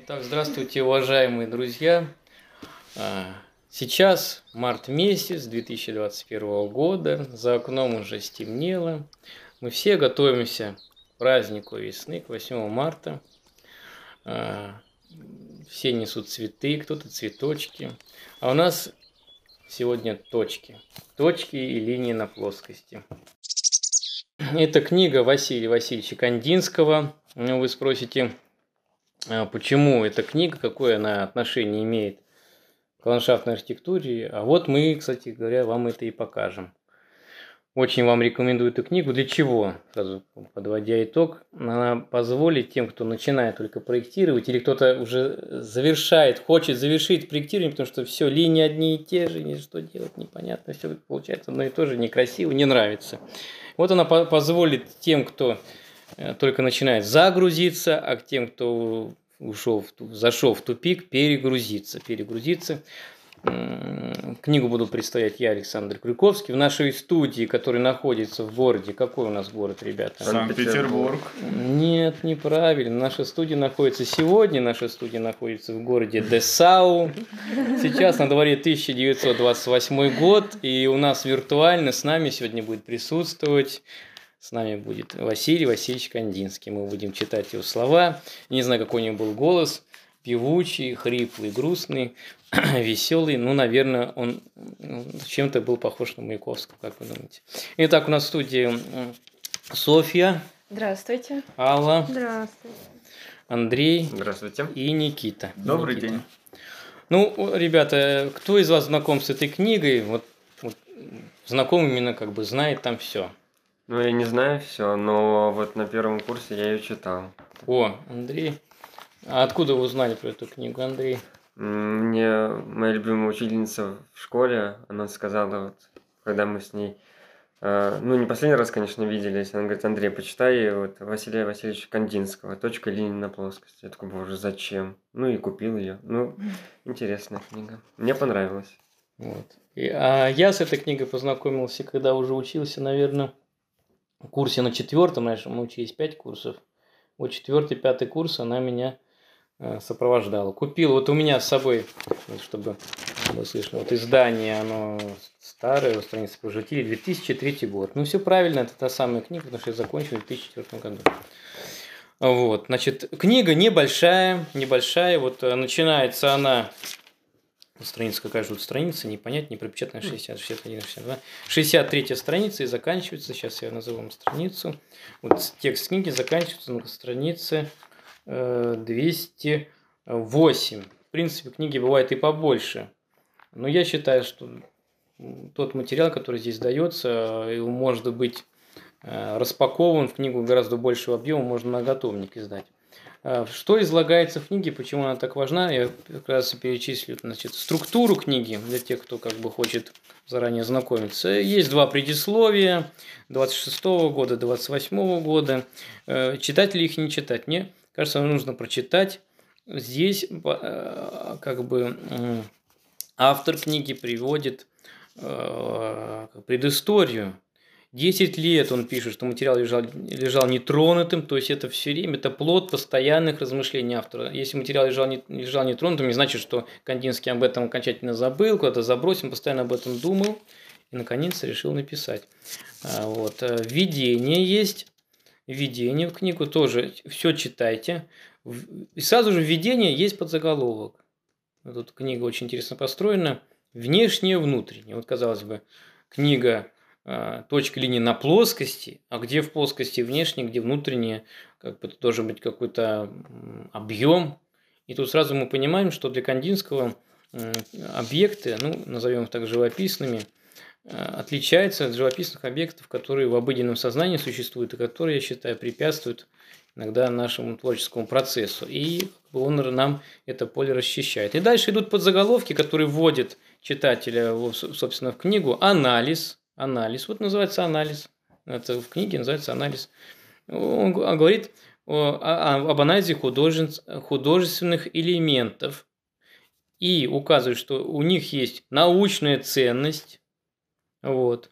Итак, здравствуйте, уважаемые друзья. Сейчас март месяц 2021 года, за окном уже стемнело. Мы все готовимся к празднику весны, к 8 марта. Все несут цветы, кто-то цветочки. А у нас сегодня точки. Точки и линии на плоскости. Это книга Василия Васильевича Кандинского. Вы спросите, почему эта книга, какое она отношение имеет к ландшафтной архитектуре. А вот мы, кстати говоря, вам это и покажем. Очень вам рекомендую эту книгу. Для чего? Сразу подводя итог, она позволит тем, кто начинает только проектировать, или кто-то уже завершает, хочет завершить проектирование, потому что все, линии одни и те же, что делать непонятно, все получается одно и то же, некрасиво, не нравится. Вот она позволит тем, кто только начинает загрузиться, а к тем, кто зашел в тупик, перегрузиться. Книгу буду представлять я, Александр Крюковский, в нашей студии, которая находится в городе. Какой у нас город, ребята? Санкт-Петербург. Нет, неправильно. Наша студия находится в городе Дessau. Сейчас на дворе 1928 год, и у нас виртуально с нами сегодня будет присутствовать. С нами будет Василий Васильевич Кандинский. Мы будем читать его слова. Не знаю, какой у него был голос. Певучий, хриплый, грустный, веселый. Ну, наверное, он чем-то был похож на Маяковского, как вы думаете. Итак, у нас в студии Софья. Здравствуйте. Алла. Здравствуйте. Андрей. Здравствуйте. И Никита. Добрый день. Ну, ребята, кто из вас знаком с этой книгой? Вот знаком именно знает там все. Ну, я не знаю все, но вот на первом курсе я ее читал. О, Андрей. А откуда вы узнали про эту книгу, Андрей? Мне моя любимая учительница в школе, она сказала, вот, когда мы с ней, ну, не последний раз, конечно, виделись, она говорит: Андрей, почитай вот Василия Васильевича Кандинского «Точка и линия на плоскости». Я такой: боже, зачем? Ну, и купил ее. Ну, интересная книга. Мне понравилась. Вот. А я с этой книгой познакомился, когда уже учился, наверное, в курсе на 4-м, раньше мы учились 5 курсов. Вот 4-й, 5-й курс она меня сопровождала. Купил, вот у меня с собой, чтобы было слышно, вот издание, оно старое, страницы пожелтели, 2003 год. Ну, все правильно, это та самая книга, потому что я закончил в 2004 году. Вот, значит, книга небольшая, вот начинается она, страница какая же тут страница, не понять, не пропечатанная, 60, 61, 62, 63 страница и заканчивается, сейчас я назову вам страницу, вот текст книги заканчивается на странице 208. В принципе, книги бывают и побольше, но я считаю, что тот материал, который здесь дается, его может быть распакован в книгу гораздо большего объема, можно многотомник издать. Что излагается в книге, почему она так важна, я как раз перечислю, значит, структуру книги для тех, кто хочет заранее знакомиться. Есть два предисловия 26 года, 28 года. Читать ли их, не читать? Мне кажется, нужно прочитать. Здесь автор книги приводит предысторию. 10 лет он пишет, что материал лежал нетронутым, то есть это все время, это плод постоянных размышлений автора. Если материал лежал нетронутым, не значит, что Кандинский об этом окончательно забыл, куда-то забросил, он постоянно об этом думал и наконец решил написать. Вот. Введение есть, введение в книгу тоже, все читайте. И сразу же введение есть подзаголовок. Тут книга очень интересно построена. Внешнее, внутреннее. Вот, казалось бы, книга «Точка линии на плоскости», а где в плоскости внешнее, где внутреннее, должен быть какой-то объем. И тут сразу мы понимаем, что для Кандинского объекты, ну, назовем их так, живописными, отличаются от живописных объектов, которые в обыденном сознании существуют и которые, я считаю, препятствуют иногда нашему творческому процессу. И он нам это поле расчищает. И дальше идут подзаголовки, которые вводят читателя, собственно, в книгу. Анализ. Вот называется анализ. Это в книге называется анализ. Он говорит об анализе художественных элементов и указывает, что у них есть научная ценность. Вот.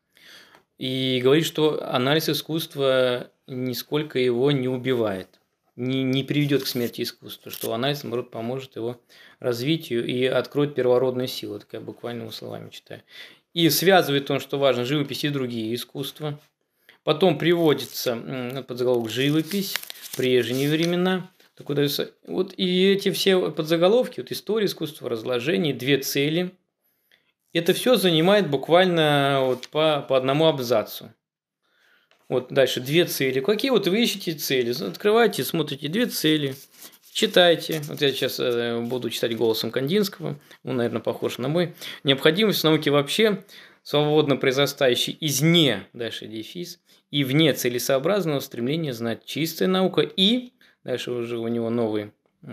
И говорит, что анализ искусства нисколько его не убивает. не приведет к смерти искусства, что анализ, наоборот, поможет его развитию и откроет первородную силу. Так я буквально словами читаю. И связывает он, что важно, живопись и другие искусства. Потом приводится подзаголовок «Живопись», «Прежние времена». Вот и эти все подзаголовки, вот история искусства, разложение, две цели, это все занимает буквально вот по одному абзацу. Вот дальше две цели. Какие вот вы ищете цели? Открываете, смотрите две цели, читайте. Вот я сейчас буду читать голосом Кандинского, он, наверное, похож на мой. Необходимость науки вообще, свободно произрастающей из не, дальше дефис, и вне целесообразного стремления знать чистая наука и, дальше уже у него новый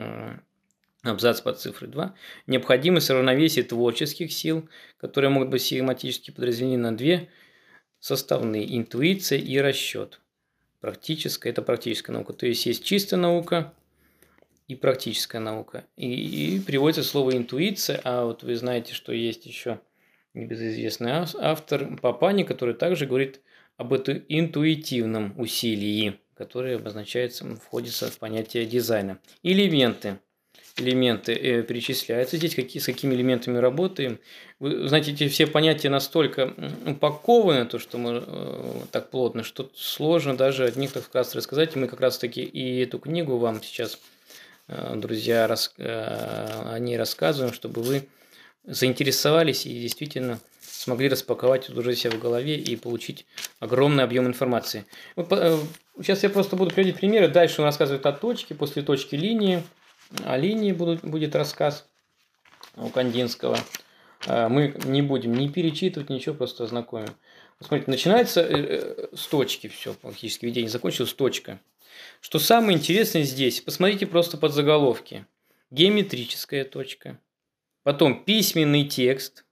абзац под цифрой 2, необходимость равновесия творческих сил, которые могут быть схематически подразделены на две составные: интуиция и расчет. Практическая – это практическая наука. То есть есть чистая наука и практическая наука. И приводится слово интуиция, а вот вы знаете, что есть еще небезызвестный автор Папани, который также говорит об этом интуитивном усилии, которое обозначается, входится в понятие дизайна. Элементы перечисляются здесь, с какими элементами работаем. Вы знаете, эти все понятия настолько упакованы, то, что мы так плотно, что сложно даже от них так вкратце рассказать. И мы как раз-таки и эту книгу вам сейчас, друзья, о ней рассказываем, чтобы вы заинтересовались и действительно смогли распаковать это уже себя в голове и получить огромный объем информации. Вот, сейчас я просто буду приводить примеры. Дальше он рассказывает о точке, после точки линии. О линии будет рассказ у Кандинского. Мы не будем ни перечитывать, ничего, просто ознакомим. Смотрите, начинается с точки, все, фактически видение закончилось, точка. Что самое интересное здесь, посмотрите просто под заголовки. Геометрическая точка. Потом письменный текст.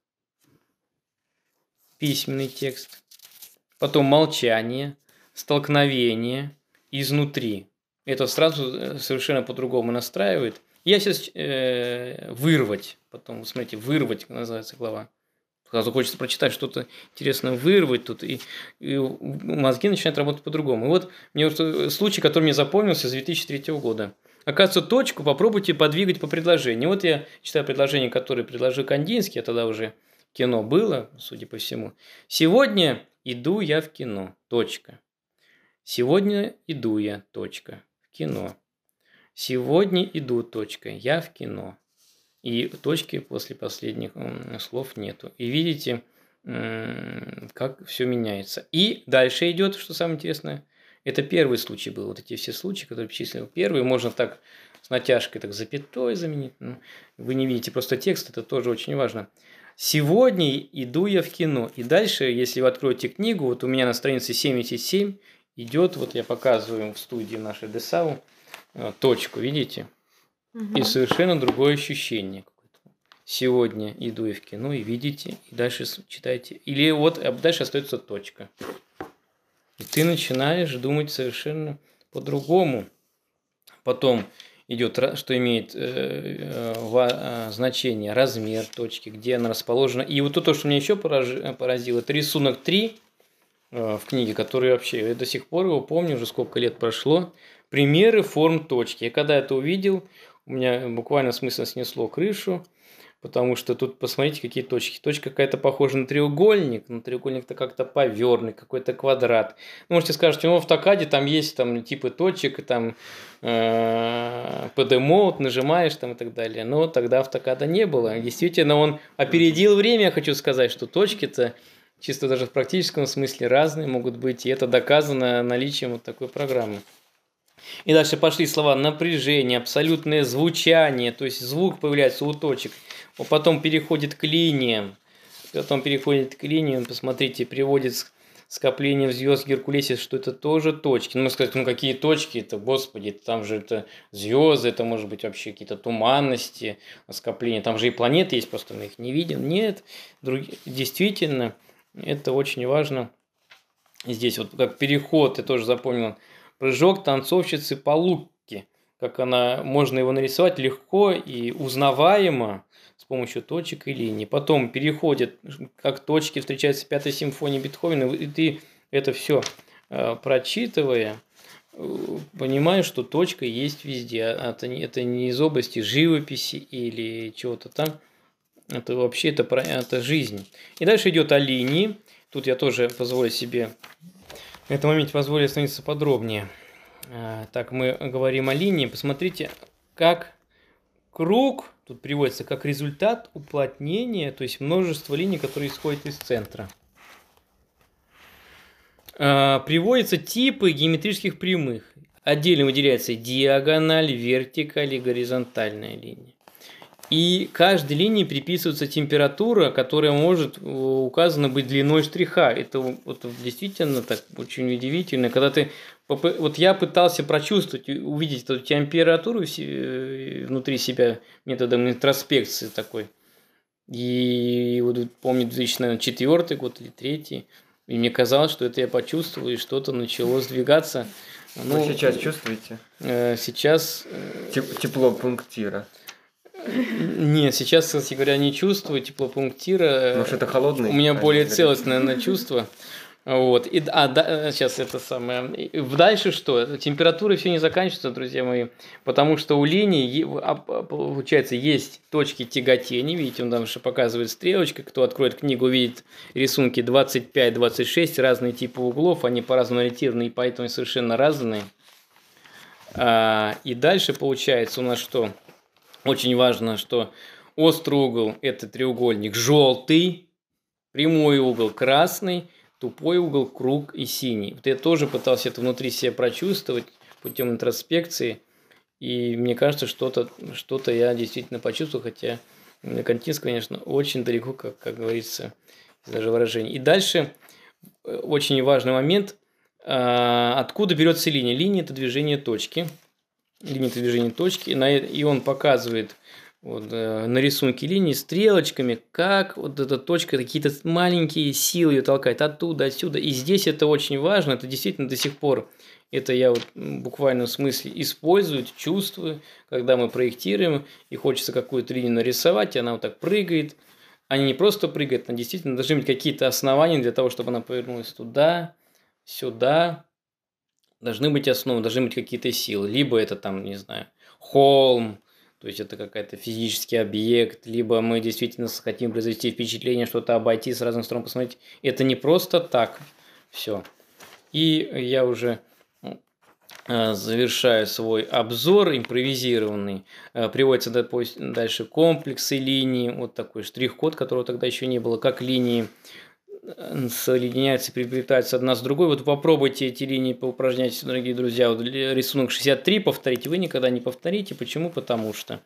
Потом молчание, столкновение, изнутри. Это сразу совершенно по-другому настраивает. Я сейчас вырвать, потом, смотрите, вырвать, называется глава. Сразу хочется прочитать что-то интересное, вырвать тут, и мозги начинают работать по-другому. И вот мне вот случай, который мне запомнился с 2003 года. Оказывается, точку попробуйте подвигать по предложению. Вот я читаю предложение, которое предложил Кандинский, а тогда уже кино было, судя по всему. Сегодня иду я в кино. Точка. Сегодня иду я. Точка. В кино. Сегодня иду. Точка. Я в кино. И точки после последних слов нету. И видите, как все меняется. И дальше идет, что самое интересное. Это первый случай был. Вот эти все случаи, которые перечислил. Первый можно так с натяжкой, так запятой заменить. Ну, вы не видите просто текст, это тоже очень важно. Сегодня иду я в кино. И дальше, если вы откроете книгу, вот у меня на странице 77 идет, вот я показываю в студии нашей ДСАУ, точку, видите? И совершенно другое ощущение. Сегодня иду я в кино, и видите, и дальше читайте. Или вот дальше остается точка. И ты начинаешь думать совершенно по-другому. Потом идет, что имеет значение, размер точки, где она расположена. И вот то, что меня еще поразило, это рисунок 3 в книге, который вообще, я до сих пор его помню, уже сколько лет прошло. Примеры форм точки. Я когда это увидел, у меня буквально смысл снесло крышу, потому что тут посмотрите, какие точки. Точка какая-то похожа на треугольник, но треугольник-то как-то повернутый, какой-то квадрат. Ну, можете сказать, в автокаде там есть там, типы точек, там PD-мод, нажимаешь там и так далее. Но тогда автокада не было. Действительно, он опередил время, я хочу сказать, что точки-то чисто даже в практическом смысле разные могут быть, и это доказано наличием вот такой программы. И дальше пошли слова напряжение, абсолютное звучание, то есть звук появляется у точек. Потом переходит к линиям. Посмотрите, приводит скопление звезд Геркулесис, что это тоже точки. Ну, сказать, какие точки это, господи, там же это звезды, это может быть вообще какие-то туманности, скопления. Там же и планеты есть, просто мы их не видим. Нет, действительно, это очень важно. Здесь вот как переход, я тоже запомнил, прыжок танцовщицы по луке. Как можно его нарисовать легко и узнаваемо с помощью точек и линий. Потом переходит, как точки встречаются в 5-й симфонии Бетховена, и ты это все прочитывая, понимаю, что точка есть везде. Это не из области живописи или чего-то там. Это вообще это жизнь. И дальше идет о линии. Тут я тоже позволю себе в этом моменте позволю остановиться подробнее. Так, мы говорим о линии. Посмотрите, как круг, тут приводится как результат уплотнения, то есть множество линий, которые исходят из центра. Приводятся типы геометрических прямых. Отдельно выделяется диагональ, вертикаль и горизонтальная линия. И каждой линии приписывается температура, которая может указана быть длиной штриха. Это действительно так очень удивительно. Когда вот я пытался прочувствовать, увидеть эту температуру внутри себя методом интроспекции такой. И вот помню 2004 год или 2003. И мне казалось, что это я почувствовал, и что-то начало сдвигаться. Вы сейчас чувствуете? Сейчас... Тепло пунктира. Нет, сейчас, кстати говоря, не чувствую тепло пунктира. Может, это холодный? У меня более целостное, наверное, чувство. Вот. Сейчас это самое. Дальше что? Температура все не заканчивается, друзья мои, потому что у линий, получается, есть точки тяготения. Видите, он там же показывает стрелочкой. Кто откроет книгу, увидит рисунки 25-26, разные типы углов, они по-разному ориентированы и поэтому совершенно разные. И дальше получается у нас что? Очень важно, что острый угол – это треугольник желтый, прямой угол красный, тупой угол круг и синий. Вот я тоже пытался это внутри себя прочувствовать путем интроспекции, и мне кажется, что-то я действительно почувствовал, хотя Кандинск, конечно, очень далеко, как говорится, даже выражение. И дальше очень важный момент, откуда берется линия. Линия – это движение точки. И он показывает на рисунке линии стрелочками, как вот эта точка, какие-то маленькие силы ее толкает оттуда, отсюда. И здесь это очень важно, это действительно до сих пор, это я в буквальном смысле использую, чувствую, когда мы проектируем, и хочется какую-то линию нарисовать, и она вот так прыгает. Она не просто прыгает, она действительно должны быть какие-то основания для того, чтобы она повернулась туда, сюда. Должны быть основы, должны быть какие-то силы. Либо это там, не знаю, холм, то есть это какой-то физический объект, либо мы действительно хотим произвести впечатление, что-то обойти с разных сторон, посмотреть. Это не просто так все. И я уже завершаю свой обзор импровизированный. Приводится дальше комплексы линий, вот такой штрих-код, которого тогда еще не было, как линии соединяются, приплетаются одна с другой. Вот попробуйте эти линии поупражняйтесь, дорогие друзья. Вот рисунок 63 повторите, вы никогда не повторите. Почему? Потому что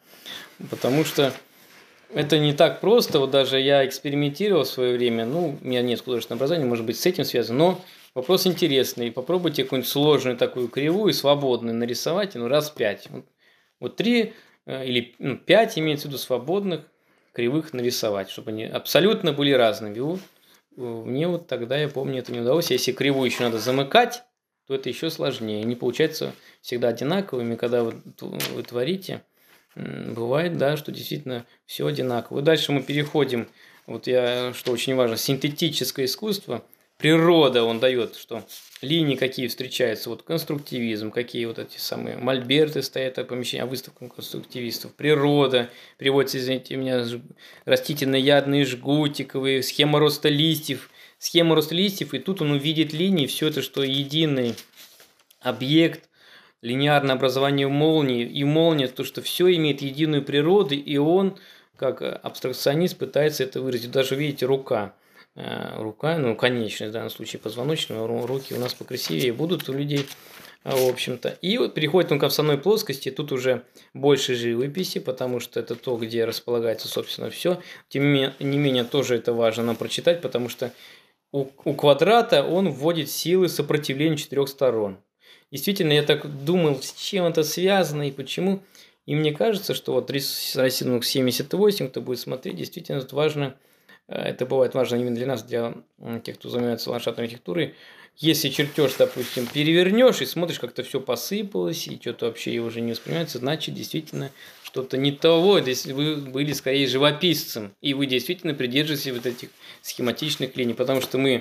это не так просто. Вот даже я экспериментировал в свое время. У меня нет художественного образования, может быть, с этим связано, но вопрос интересный. Попробуйте какую-нибудь сложную такую кривую, свободную нарисовать, раз 5. Вот 3 или 5 имеется в виду свободных кривых нарисовать, чтобы они абсолютно были разными. Мне вот тогда, я помню, это не удалось. Если кривую еще надо замыкать, то это еще сложнее. Они получаются всегда одинаковыми, когда вы творите. Бывает, да, что действительно все одинаково. Дальше мы переходим, что очень важно, синтетическое искусство. Природа, он дает, что линии какие встречаются, конструктивизм, какие эти самые мольберты стоят о помещении, выставкам конструктивистов, природа, приводится, извините меня, растительноядные, жгутиковые, схема роста листьев, и тут он увидит линии, все это, что единый объект, линейное образование молнии, и молния, то, что все имеет единую природу, и он, как абстракционист, пытается это выразить. Даже, видите, рука, конечность, в данном случае позвоночная, руки у нас покрасивее будут у людей, в общем-то. И переходит он к основной плоскости, тут уже больше живописи, потому что это то, где располагается, собственно, все. Тем не менее, тоже это важно нам прочитать, потому что у квадрата он вводит силы сопротивления 4 сторон. Действительно, я так думал, с чем это связано и почему. И мне кажется, что рисунок 78, кто будет смотреть, действительно это важно. Это бывает важно именно для нас, для тех, кто занимается ландшафтной архитектурой. Если чертеж, допустим, перевернешь и смотришь, как-то все посыпалось, и что-то вообще уже не воспринимается, значит, действительно что-то не того. Если вы были скорее живописцем, и вы действительно придерживаетесь этих схематичных линий, потому что мы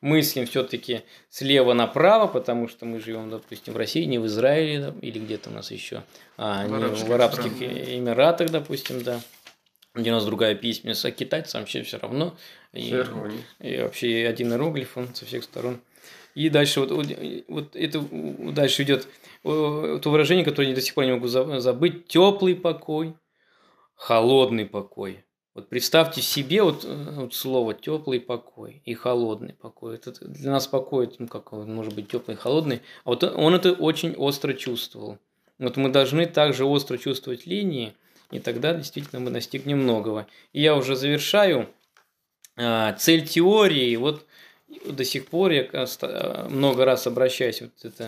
мыслим все-таки слева направо, потому что мы живем, допустим, в России, не в Израиле, да, или где-то у нас еще, не в Арабских Эмиратах, допустим, да, где у нас другая письменность, а китайцам вообще все равно. И вообще один иероглиф, он со всех сторон. И дальше вот это дальше идет то выражение, которое я до сих пор не могу забыть: теплый покой, холодный покой. Вот представьте себе вот слово теплый покой и холодный покой. Это для нас покой, ну как он может быть теплый и холодный, а вот он это очень остро чувствовал. Вот мы должны также остро чувствовать линии, и тогда действительно мы достигнем многого. И я уже завершаю. Цель теории, вот до сих пор я много раз обращаюсь вот это,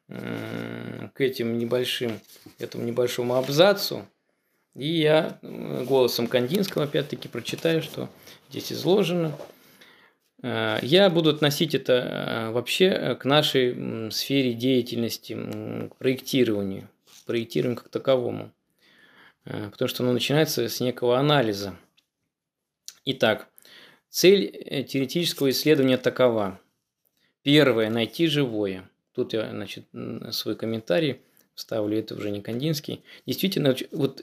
к этому небольшому абзацу, и я голосом Кандинского опять-таки прочитаю, что здесь изложено. Я буду относить это вообще к нашей сфере деятельности, к проектированию как таковому, потому что оно начинается с некого анализа. Итак, цель теоретического исследования такова. Первое – найти живое. Тут я, свой комментарий вставлю, это уже не Кандинский. Действительно,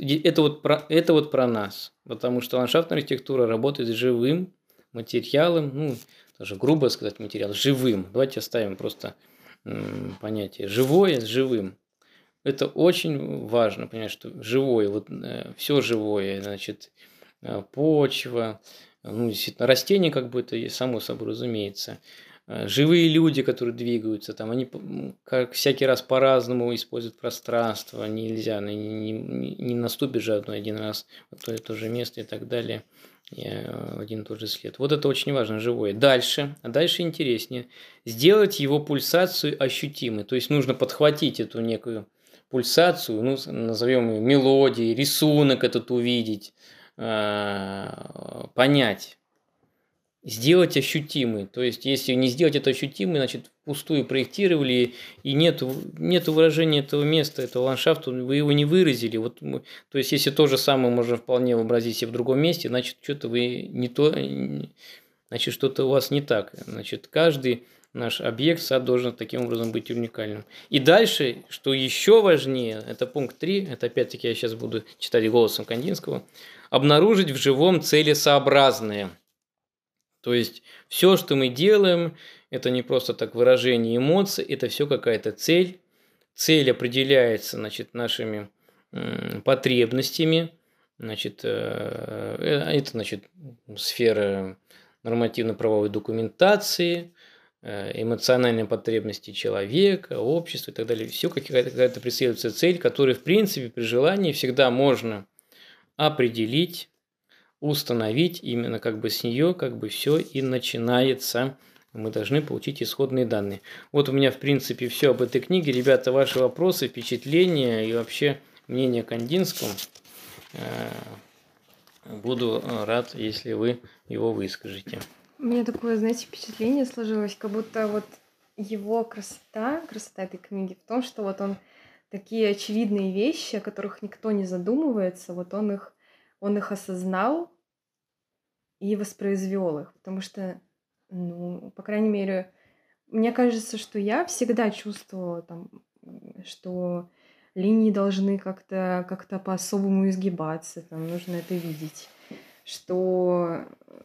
это вот про нас, потому что ландшафтная архитектура работает с живым материалом, даже грубо сказать материал, живым. Давайте оставим просто понятие живое с живым. Это очень важно понять, что живое, все живое, почва, действительно, растения, как бы это само собой разумеется. Живые люди, которые двигаются, там, они как всякий раз по-разному используют пространство, нельзя, не наступит же один раз в то же место и так далее, один и тот же след. Вот это очень важно, живое. Дальше интереснее, сделать его пульсацию ощутимой, то есть нужно подхватить эту некую пульсацию, назовем ее мелодией, рисунок этот увидеть, понять, сделать ощутимый. То есть, если не сделать это ощутимый, значит, впустую проектировали, и нету выражения этого места, этого ландшафта, вы его не выразили. То есть, если то же самое можно вполне вообразить себе в другом месте, значит, что-то вы не то, значит, что-то у вас не так. Значит, каждый наш объект, сад должен таким образом быть уникальным. И дальше, что еще важнее, это пункт 3, это опять-таки я сейчас буду читать голосом Кандинского, обнаружить в живом целесообразное. То есть, все, что мы делаем, это не просто так выражение эмоций, это все какая-то цель. Цель определяется, нашими потребностями. Это, сфера нормативно-правовой документации, эмоциональные потребности человека, общества и так далее. Все какая-то преследуется цель, которую, в принципе, при желании всегда можно определить, установить, именно с нее все и начинается. Мы должны получить исходные данные. Вот у меня, в принципе, все об этой книге. Ребята, ваши вопросы, впечатления и вообще мнение о Кандинском. Буду рад, если вы его выскажете. У меня такое, впечатление сложилось, как будто его красота этой книги в том, что он такие очевидные вещи, о которых никто не задумывается, он их осознал и воспроизвел их, потому что, по крайней мере, мне кажется, что я всегда чувствовала что линии должны как-то по-особому изгибаться, нужно это видеть, что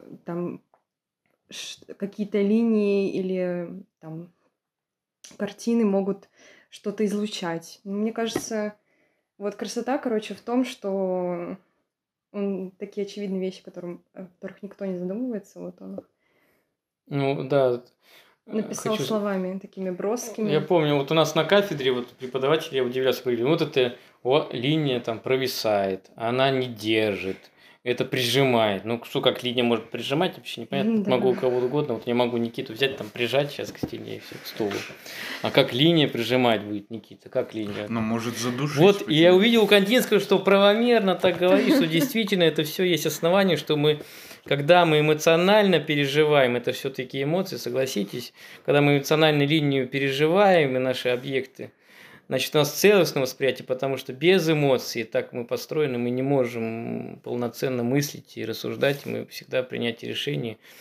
какие-то линии или картины могут что-то излучать. Мне кажется, красота, в том, что такие очевидные вещи, о которых никто не задумывается, он их написал словами такими броскими. Я помню, у нас на кафедре преподаватели, я удивлялся, говорили, эта линия провисает, она не держит, это прижимает. Что как линия может прижимать, вообще непонятно. Да. Могу у кого угодно, я могу Никиту взять, прижать сейчас к стене и все, к стулу. А как линия прижимать будет, Никита, как линия? Может задушить. И я увидел у Кандинского, что правомерно так говорит, что действительно это все есть основание, что когда мы эмоционально переживаем, это все-таки эмоции, согласитесь, когда мы эмоциональную линию переживаем и наши объекты, значит, у нас целостное восприятие, потому что без эмоций, так мы построены, мы не можем полноценно мыслить и рассуждать, мы всегда принятие решений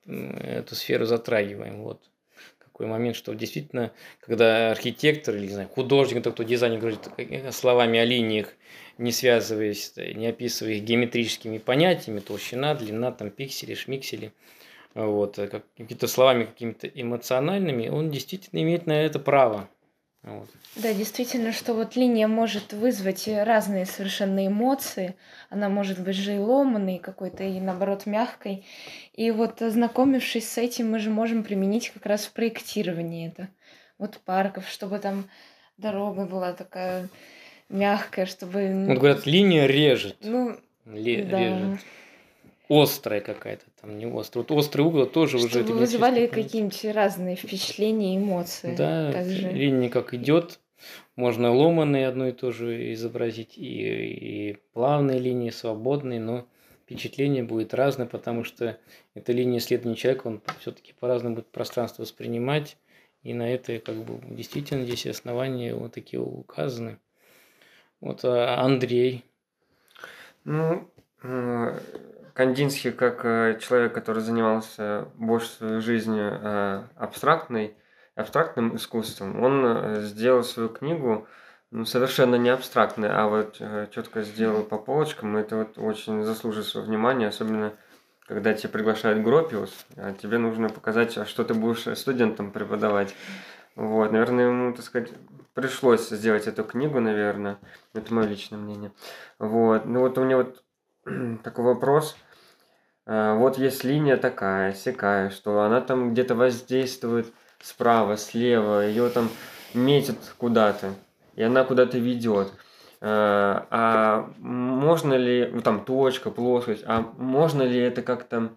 эту сферу затрагиваем. Вот какой момент, что действительно, когда архитектор или, не знаю, художник, кто дизайнер говорит словами о линиях, не связываясь, не описывая их геометрическими понятиями, толщина, длина, там, пиксели, шмиксели, вот, какими-то словами, какими-то эмоциональными, он действительно имеет на это право. Вот. Да, действительно, что вот линия может вызвать разные совершенно эмоции. Она может быть же и ломаной какой-то, и наоборот мягкой. И вот ознакомившись с этим, мы же можем применить как раз в проектировании это. Вот парков, чтобы там дорога была такая мягкая, чтобы... Вот говорят, линия режет. Ну, да. Режет. Острая какая-то там, не острая. Вот острый угол тоже уже... Чтобы вызывали какие-нибудь разные впечатления, эмоции. Да, также. линия как идет, можно ломаные одно и то же изобразить, и плавные линии, свободные, но впечатление будет разное, потому что это линия исследования человека, он все-таки по-разному будет пространство воспринимать, и на это как бы действительно здесь основания вот такие указаны. Вот Андрей. Ну, Кандинский, как человек, который занимался больше своей жизнью абстрактным искусством, он сделал свою книгу совершенно не абстрактной, а вот четко сделал по полочкам. Это вот очень заслуживает своего внимания, особенно когда тебя приглашает Гропиус, а тебе нужно показать, что ты будешь студентам преподавать. Вот, наверное, ему, так сказать, пришлось сделать эту книгу, наверное. Это мое личное мнение. Вот, ну вот у меня вот такой вопрос. Вот есть линия такая, сякая, что она там где-то воздействует справа, слева, ее там метит куда-то, и она куда-то ведет. А можно ли, ну там точка, плоскость, а можно ли это как-то,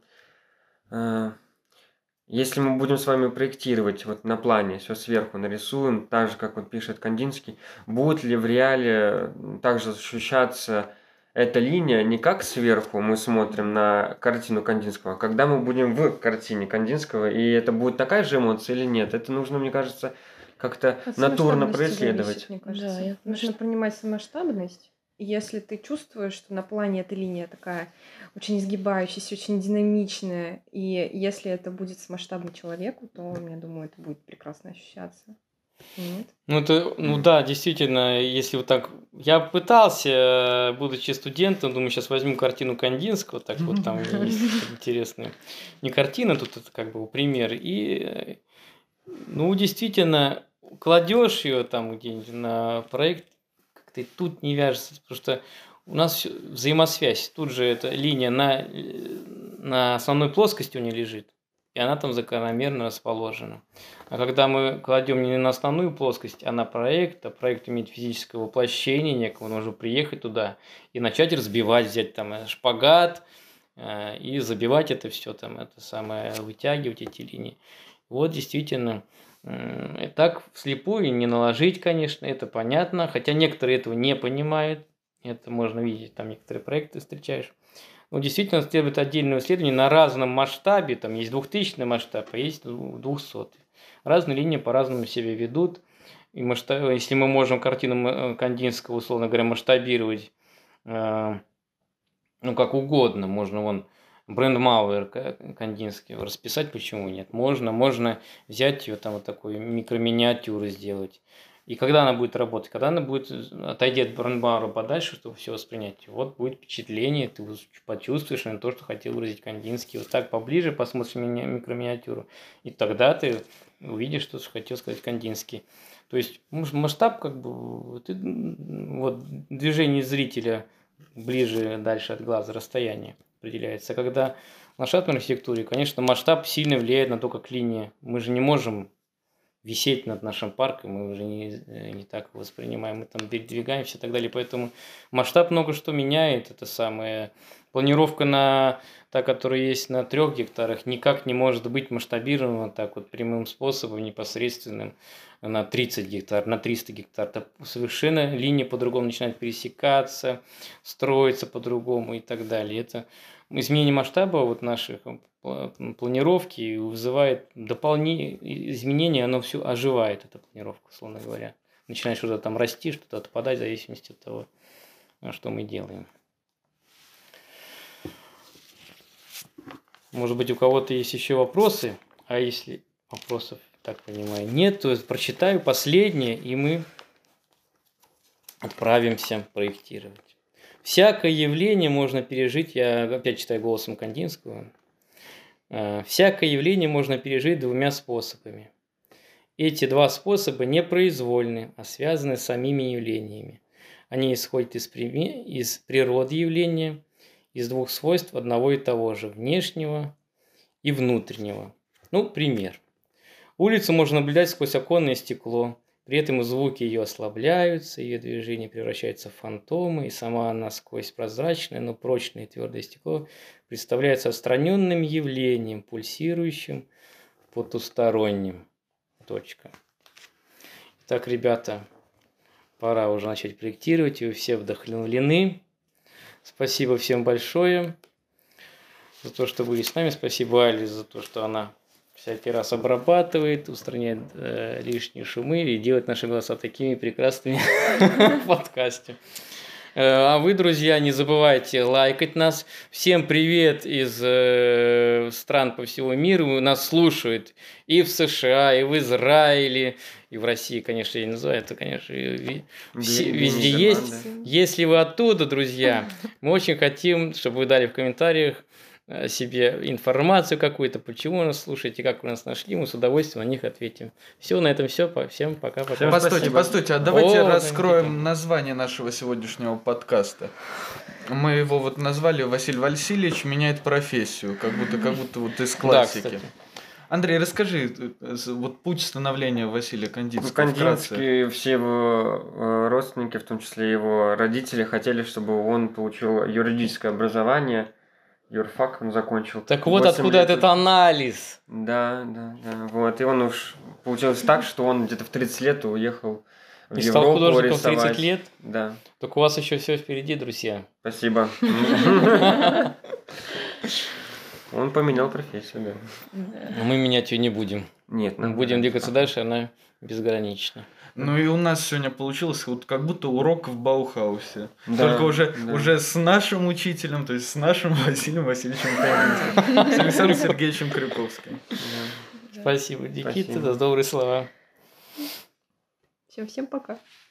если мы будем с вами проектировать вот на плане, все сверху нарисуем, так же, как вот пишет Кандинский, будет ли в реале также ощущаться эта линия не как сверху мы смотрим на картину Кандинского, а когда мы будем в картине Кандинского, и это будет такая же эмоция или нет, это нужно, мне кажется, как-то От натурно масштабности происследовать. зависит, мне кажется. Да, я Нужно принимать масштабность. И если ты чувствуешь, что на плане эта линия такая очень изгибающаяся, очень динамичная, и если это будет масштабно человеку, то, я думаю, это будет прекрасно ощущаться. Нет? Ну да, действительно, если вот так... Я пытался, будучи студентом, думаю, сейчас возьму картину Кандинского, так вот там есть интересные. Не картина, тут это как бы пример. И, ну, действительно, кладешь ее там где-нибудь на проект, как-то и тут не вяжется, потому что у нас взаимосвязь. Тут же эта линия на основной плоскости у нее лежит, и она там закономерно расположена. А когда мы кладем не на основную плоскость, а на проект, а проект имеет физическое воплощение некого, нужно приехать туда и начать разбивать, взять там шпагат и забивать это все, там, это самое, вытягивать эти линии. Вот действительно, так вслепую не наложить, конечно, это понятно, хотя некоторые этого не понимают, это можно видеть, там некоторые проекты встречаешь. Ну, действительно, требует отдельного исследования на разном масштабе. Там есть 2000 масштаб, а есть 200. Разные линии по-разному себя ведут. И если мы можем картину Кандинского, условно говоря, масштабировать, ну, как угодно, можно вон Брандмауэр Кандинский расписать, почему нет. Можно взять ее, там вот такую микроминиатюру сделать. И когда она будет работать? Когда она будет, отойдет от Брандмауэра подальше, чтобы все воспринять. Вот будет впечатление, ты почувствуешь на то, что хотел выразить Кандинский. Вот так поближе посмотрим микроминиатюру. И тогда ты увидишь, что хотел сказать Кандинский. То есть масштаб, как бы, вот движение зрителя ближе, дальше от глаза, расстояние определяется. Когда в ландшафтной архитектуре, конечно, масштаб сильно влияет на то, как линия. Мы же не можем висеть над нашим парком, мы уже не так воспринимаем, мы там передвигаемся и так далее. Поэтому масштаб много что меняет. Это самое. Планировка та, которая есть на 3 гектарах, никак не может быть масштабирована так вот прямым способом, непосредственным на 30 гектар, на 300 гектар. Это совершенно линия по-другому начинает пересекаться, строиться по-другому и так далее. Это изменение масштаба вот наших планировки вызывает изменения, оно все оживает, эта планировка, условно говоря. Начинает что-то там расти, что-то отпадать, в зависимости от того, что мы делаем. Может быть, у кого-то есть еще вопросы, а если вопросов, так понимаю, нет, то прочитаю последнее, и мы отправимся проектировать. Всякое явление можно пережить, я опять читаю голосом Кандинского, всякое явление можно пережить двумя способами. Эти два способа непроизвольны, а связаны с самими явлениями. Они исходят из природы явления, из двух свойств одного и того же – внешнего и внутреннего. Пример. Улицу можно наблюдать сквозь оконное стекло, при этом звуки ее ослабляются, ее движения превращаются в фантомы, и сама она сквозь прозрачное, но прочное и твердое стекло представляется отстраненным явлением, пульсирующим, потусторонним. Точка. Итак, ребята, пора уже начать проектировать, вы все вдохновлены. Спасибо всем большое за то, что были с нами. Спасибо Али за то, что она всякий раз обрабатывает, устраняет лишние шумы и делает наши голоса такими прекрасными в подкасте. А вы, друзья, не забывайте лайкать нас. Всем привет из стран по всему миру. Нас слушают и в США, и в Израиле, и в России, конечно, я не знаю, это, конечно, везде есть. Если вы оттуда, друзья, мы очень хотим, чтобы вы дали в комментариях себе информацию какую-то, почему вы нас слушаете, как вы нас нашли, мы с удовольствием на них ответим. Все, на этом все. Всем пока-пока. Постойте, а давайте раскроем название нашего сегодняшнего подкаста. Мы его вот назвали «Василий Васильевич меняет профессию», как будто вот из классики. Да, Андрей, расскажи, вот путь становления Василия Кандинского. Кандинский, все его родственники, в том числе его родители, хотели, чтобы он получил юридическое образование. Юрфак он закончил. Так вот откуда этот анализ. Да. Вот. И он уж получилось так, что он где-то в 30 лет уехал в Европу рисовать. И стал художником в 30 лет? Да. Так у вас еще все впереди, друзья. Спасибо. Он поменял профессию, да. Но мы менять ее не будем. Нет. Мы будем двигаться дальше, она безгранична. Ну и у нас сегодня получилось вот как будто урок в Баухаусе. Да, только уже с нашим учителем, то есть с нашим Василием Васильевичем Кандинским, с Александром Сергеевичем Крюковским. Спасибо, Никита, за добрые слова. Всем пока.